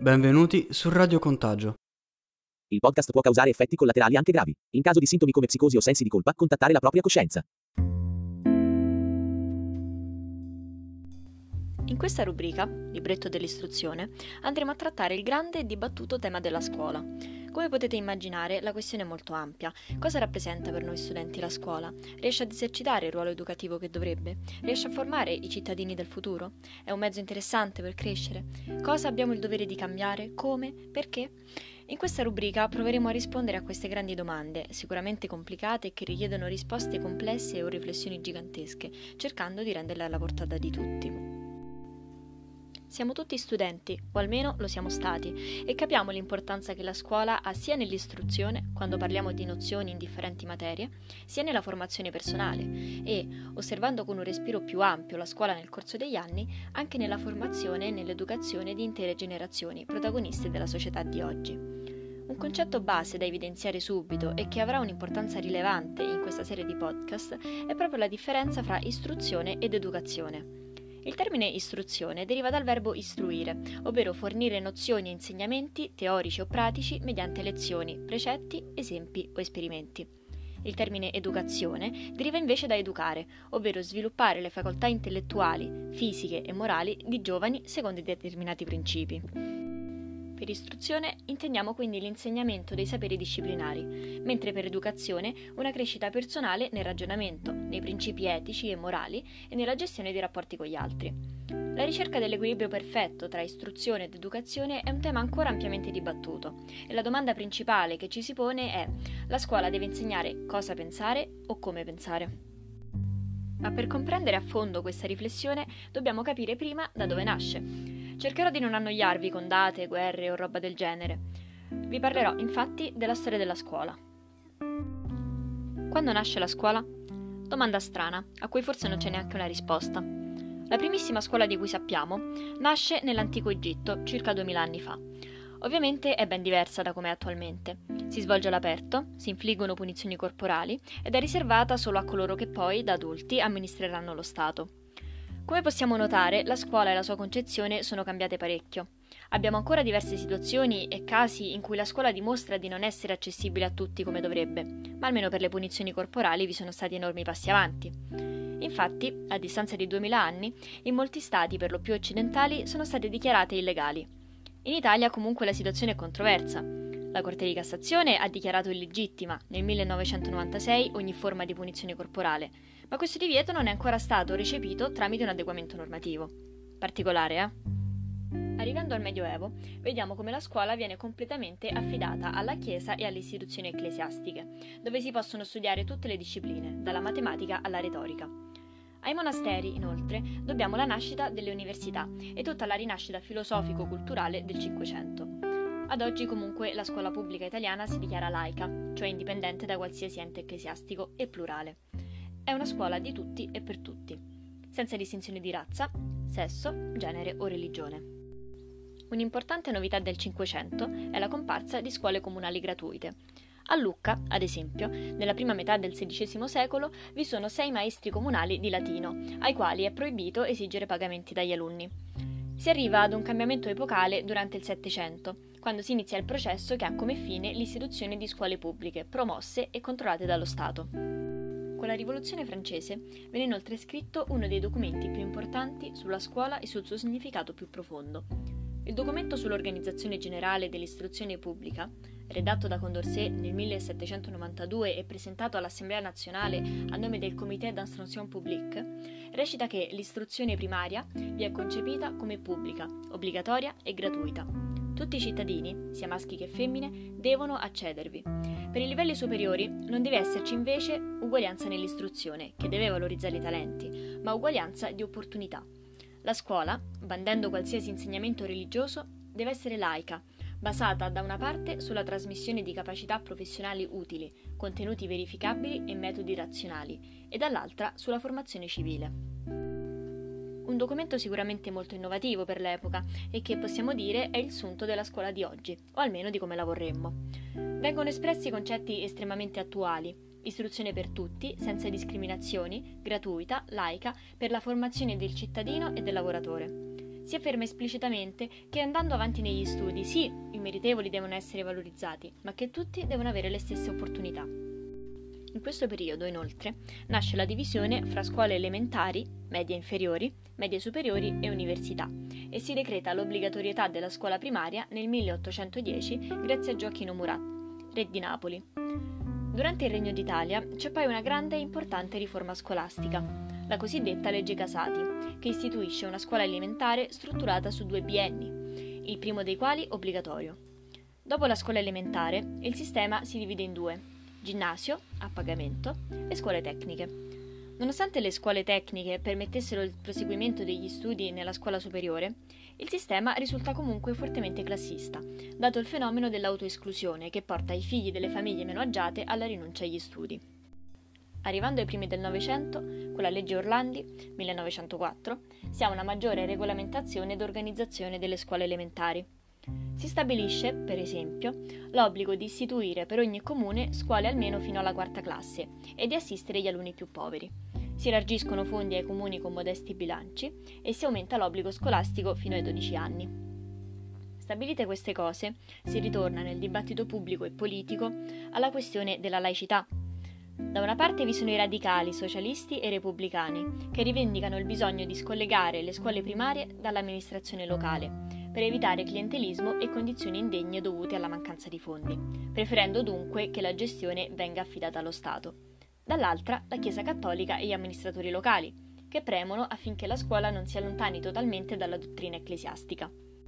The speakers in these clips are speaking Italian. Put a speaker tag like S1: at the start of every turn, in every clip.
S1: Benvenuti su Radio Contagio.
S2: Il podcast può causare effetti collaterali anche gravi. In caso di sintomi come psicosi o sensi di colpa, contattare la propria coscienza.
S3: In questa rubrica, Libretto dell'istruzione, andremo a trattare il grande e dibattuto tema della scuola. Come potete immaginare, la questione è molto ampia. Cosa rappresenta per noi studenti la scuola? Riesce ad esercitare il ruolo educativo che dovrebbe? Riesce a formare i cittadini del futuro? È un mezzo interessante per crescere? Cosa abbiamo il dovere di cambiare? Come? Perché? In questa rubrica proveremo a rispondere a queste grandi domande, sicuramente complicate e che richiedono risposte complesse o riflessioni gigantesche, cercando di renderle alla portata di tutti. Siamo tutti studenti, o almeno lo siamo stati, e capiamo l'importanza che la scuola ha sia nell'istruzione, quando parliamo di nozioni in differenti materie, sia nella formazione personale e, osservando con un respiro più ampio la scuola nel corso degli anni, anche nella formazione e nell'educazione di intere generazioni protagoniste della società di oggi. Un concetto base da evidenziare subito e che avrà un'importanza rilevante in questa serie di podcast è proprio la differenza fra istruzione ed educazione. Il termine istruzione deriva dal verbo istruire, ovvero fornire nozioni e insegnamenti teorici o pratici mediante lezioni, precetti, esempi o esperimenti. Il termine educazione deriva invece da educare, ovvero sviluppare le facoltà intellettuali, fisiche e morali di giovani secondo determinati principi. Per istruzione intendiamo quindi l'insegnamento dei saperi disciplinari, mentre per educazione una crescita personale nel ragionamento, nei principi etici e morali e nella gestione dei rapporti con gli altri. La ricerca dell'equilibrio perfetto tra istruzione ed educazione è un tema ancora ampiamente dibattuto e la domanda principale che ci si pone è: la scuola deve insegnare cosa pensare o come pensare? Ma per comprendere a fondo questa riflessione dobbiamo capire prima da dove nasce. Cercherò di non annoiarvi con date, guerre o roba del genere. Vi parlerò infatti della storia della scuola. Quando nasce la scuola? Domanda strana, a cui forse non c'è neanche una risposta. La primissima scuola di cui sappiamo nasce nell'antico Egitto, circa 2000 anni fa. Ovviamente è ben diversa da come è attualmente. Si svolge all'aperto, si infliggono punizioni corporali ed è riservata solo a coloro che poi, da adulti, amministreranno lo Stato. Come possiamo notare, la scuola e la sua concezione sono cambiate parecchio. Abbiamo ancora diverse situazioni e casi in cui la scuola dimostra di non essere accessibile a tutti come dovrebbe, ma almeno per le punizioni corporali vi sono stati enormi passi avanti. Infatti, a distanza di 2000 anni, in molti stati, per lo più occidentali, sono state dichiarate illegali. In Italia comunque la situazione è controversa. La Corte di Cassazione ha dichiarato illegittima nel 1996 ogni forma di punizione corporale, ma questo divieto non è ancora stato recepito tramite un adeguamento normativo. Particolare, Arrivando al Medioevo, vediamo come la scuola viene completamente affidata alla Chiesa e alle istituzioni ecclesiastiche, dove si possono studiare tutte le discipline, dalla matematica alla retorica. Ai monasteri, inoltre, dobbiamo la nascita delle università e tutta la rinascita filosofico-culturale del Cinquecento. Ad oggi comunque la scuola pubblica italiana si dichiara laica, cioè indipendente da qualsiasi ente ecclesiastico e plurale. È una scuola di tutti e per tutti, senza distinzione di razza, sesso, genere o religione. Un'importante novità del Cinquecento è la comparsa di scuole comunali gratuite. A Lucca, ad esempio, nella prima metà del XVI secolo vi sono 6 maestri comunali di latino, ai quali è proibito esigere pagamenti dagli alunni. Si arriva ad un cambiamento epocale durante il Settecento, quando si inizia il processo che ha come fine l'istituzione di scuole pubbliche, promosse e controllate dallo Stato. Con la Rivoluzione francese venne inoltre scritto uno dei documenti più importanti sulla scuola e sul suo significato più profondo. Il documento sull'organizzazione generale dell'istruzione pubblica, redatto da Condorcet nel 1792 e presentato all'Assemblea nazionale a nome del Comité d'instruction publique, recita che l'istruzione primaria vi è concepita come pubblica, obbligatoria e gratuita. Tutti i cittadini, sia maschi che femmine, devono accedervi. Per i livelli superiori non deve esserci invece uguaglianza nell'istruzione, che deve valorizzare i talenti, ma uguaglianza di opportunità. La scuola, bandendo qualsiasi insegnamento religioso, deve essere laica, basata da una parte sulla trasmissione di capacità professionali utili, contenuti verificabili e metodi razionali, e dall'altra sulla formazione civile. Un documento sicuramente molto innovativo per l'epoca e che possiamo dire è il sunto della scuola di oggi, o almeno di come la vorremmo. Vengono espressi concetti estremamente attuali: istruzione per tutti, senza discriminazioni, gratuita, laica, per la formazione del cittadino e del lavoratore. Si afferma esplicitamente che andando avanti negli studi, sì, i meritevoli devono essere valorizzati, ma che tutti devono avere le stesse opportunità. In questo periodo, inoltre, nasce la divisione fra scuole elementari, medie inferiori, medie superiori e università, e si decreta l'obbligatorietà della scuola primaria nel 1810 grazie a Gioacchino Murat, re di Napoli. Durante il Regno d'Italia c'è poi una grande e importante riforma scolastica, la cosiddetta legge Casati, che istituisce una scuola elementare strutturata su 2 bienni, il primo dei quali obbligatorio. Dopo la scuola elementare, il sistema si divide in 2, ginnasio, a pagamento, e scuole tecniche. Nonostante le scuole tecniche permettessero il proseguimento degli studi nella scuola superiore, il sistema risulta comunque fortemente classista, dato il fenomeno dell'autoesclusione che porta i figli delle famiglie meno agiate alla rinuncia agli studi. Arrivando ai primi del Novecento, con la legge Orlandi, 1904, si ha una maggiore regolamentazione ed organizzazione delle scuole elementari. Si stabilisce, per esempio, l'obbligo di istituire per ogni comune scuole almeno fino alla 4ª classe e di assistere gli alunni più poveri. Si elargiscono fondi ai comuni con modesti bilanci e si aumenta l'obbligo scolastico fino ai 12 anni. Stabilite queste cose, si ritorna nel dibattito pubblico e politico alla questione della laicità. Da una parte vi sono i radicali, socialisti e repubblicani, che rivendicano il bisogno di scollegare le scuole primarie dall'amministrazione locale, per evitare clientelismo e condizioni indegne dovute alla mancanza di fondi, preferendo dunque che la gestione venga affidata allo Stato. Dall'altra, la Chiesa Cattolica e gli amministratori locali, che premono affinché la scuola non si allontani totalmente dalla dottrina ecclesiastica.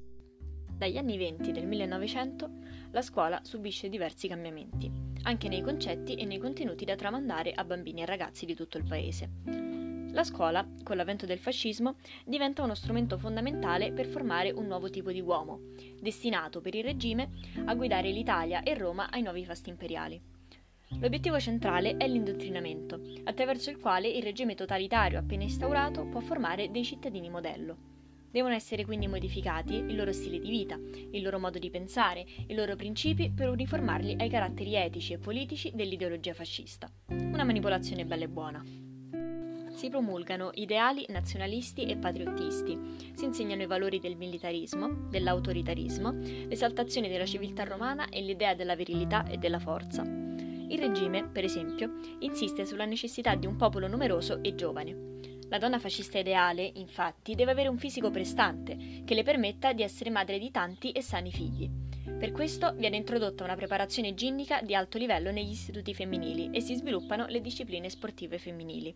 S3: Dagli anni 20 del 1900 la scuola subisce diversi cambiamenti, anche nei concetti e nei contenuti da tramandare a bambini e ragazzi di tutto il paese. La scuola, con l'avvento del fascismo, diventa uno strumento fondamentale per formare un nuovo tipo di uomo, destinato per il regime a guidare l'Italia e Roma ai nuovi fasti imperiali. L'obiettivo centrale è l'indottrinamento, attraverso il quale il regime totalitario appena instaurato può formare dei cittadini modello. Devono essere quindi modificati il loro stile di vita, il loro modo di pensare, i loro principi per uniformarli ai caratteri etici e politici dell'ideologia fascista. Una manipolazione bella e buona. Si promulgano ideali nazionalisti e patriottisti, si insegnano i valori del militarismo, dell'autoritarismo, l'esaltazione della civiltà romana e l'idea della virilità e della forza. Il regime, per esempio, insiste sulla necessità di un popolo numeroso e giovane. La donna fascista ideale, infatti, deve avere un fisico prestante, che le permetta di essere madre di tanti e sani figli. Per questo viene introdotta una preparazione ginnica di alto livello negli istituti femminili e si sviluppano le discipline sportive femminili.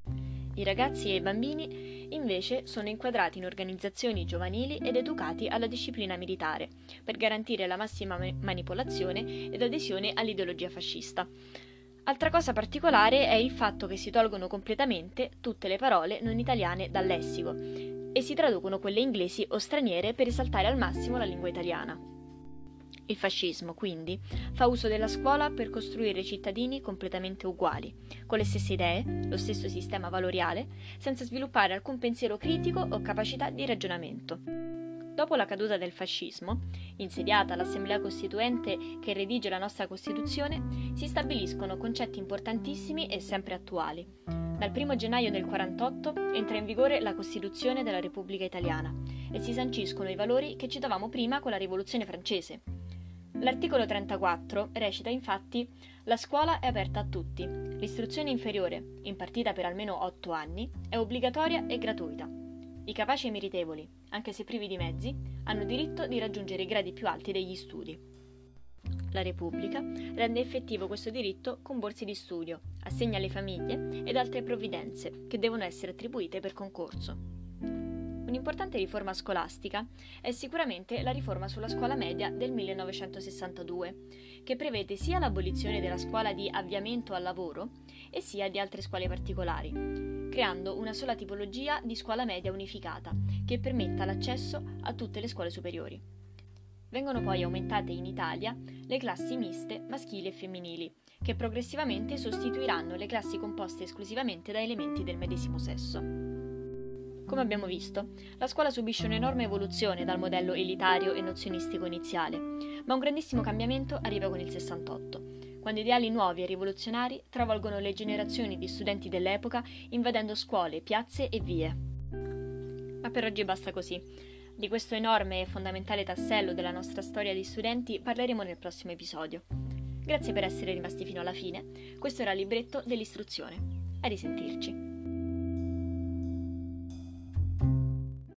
S3: I ragazzi e i bambini, invece, sono inquadrati in organizzazioni giovanili ed educati alla disciplina militare, per garantire la massima manipolazione ed adesione all'ideologia fascista. Altra cosa particolare è il fatto che si tolgono completamente tutte le parole non italiane dal lessico e si traducono quelle inglesi o straniere per esaltare al massimo la lingua italiana. Il fascismo, quindi, fa uso della scuola per costruire cittadini completamente uguali, con le stesse idee, lo stesso sistema valoriale, senza sviluppare alcun pensiero critico o capacità di ragionamento. Dopo la caduta del fascismo, insediata l'Assemblea Costituente che redige la nostra Costituzione, si stabiliscono concetti importantissimi e sempre attuali. Dal 1 gennaio del 1948 entra in vigore la Costituzione della Repubblica Italiana e si sanciscono i valori che citavamo prima con la Rivoluzione francese. L'articolo 34 recita infatti: la scuola è aperta a tutti, l'istruzione inferiore, impartita per almeno 8 anni, è obbligatoria e gratuita. I capaci e meritevoli, anche se privi di mezzi, hanno diritto di raggiungere i gradi più alti degli studi. La Repubblica rende effettivo questo diritto con borse di studio, assegni alle famiglie ed altre provvidenze che devono essere attribuite per concorso. Un'importante riforma scolastica è sicuramente la riforma sulla scuola media del 1962, che prevede sia l'abolizione della scuola di avviamento al lavoro e sia di altre scuole particolari, creando una sola tipologia di scuola media unificata che permetta l'accesso a tutte le scuole superiori. Vengono poi aumentate in Italia le classi miste maschili e femminili, che progressivamente sostituiranno le classi composte esclusivamente da elementi del medesimo sesso. Come abbiamo visto, la scuola subisce un'enorme evoluzione dal modello elitario e nozionistico iniziale, ma un grandissimo cambiamento arriva con il 68, quando ideali nuovi e rivoluzionari travolgono le generazioni di studenti dell'epoca invadendo scuole, piazze e vie. Ma per oggi basta così. Di questo enorme e fondamentale tassello della nostra storia di studenti parleremo nel prossimo episodio. Grazie per essere rimasti fino alla fine. Questo era il libretto dell'istruzione. A risentirci.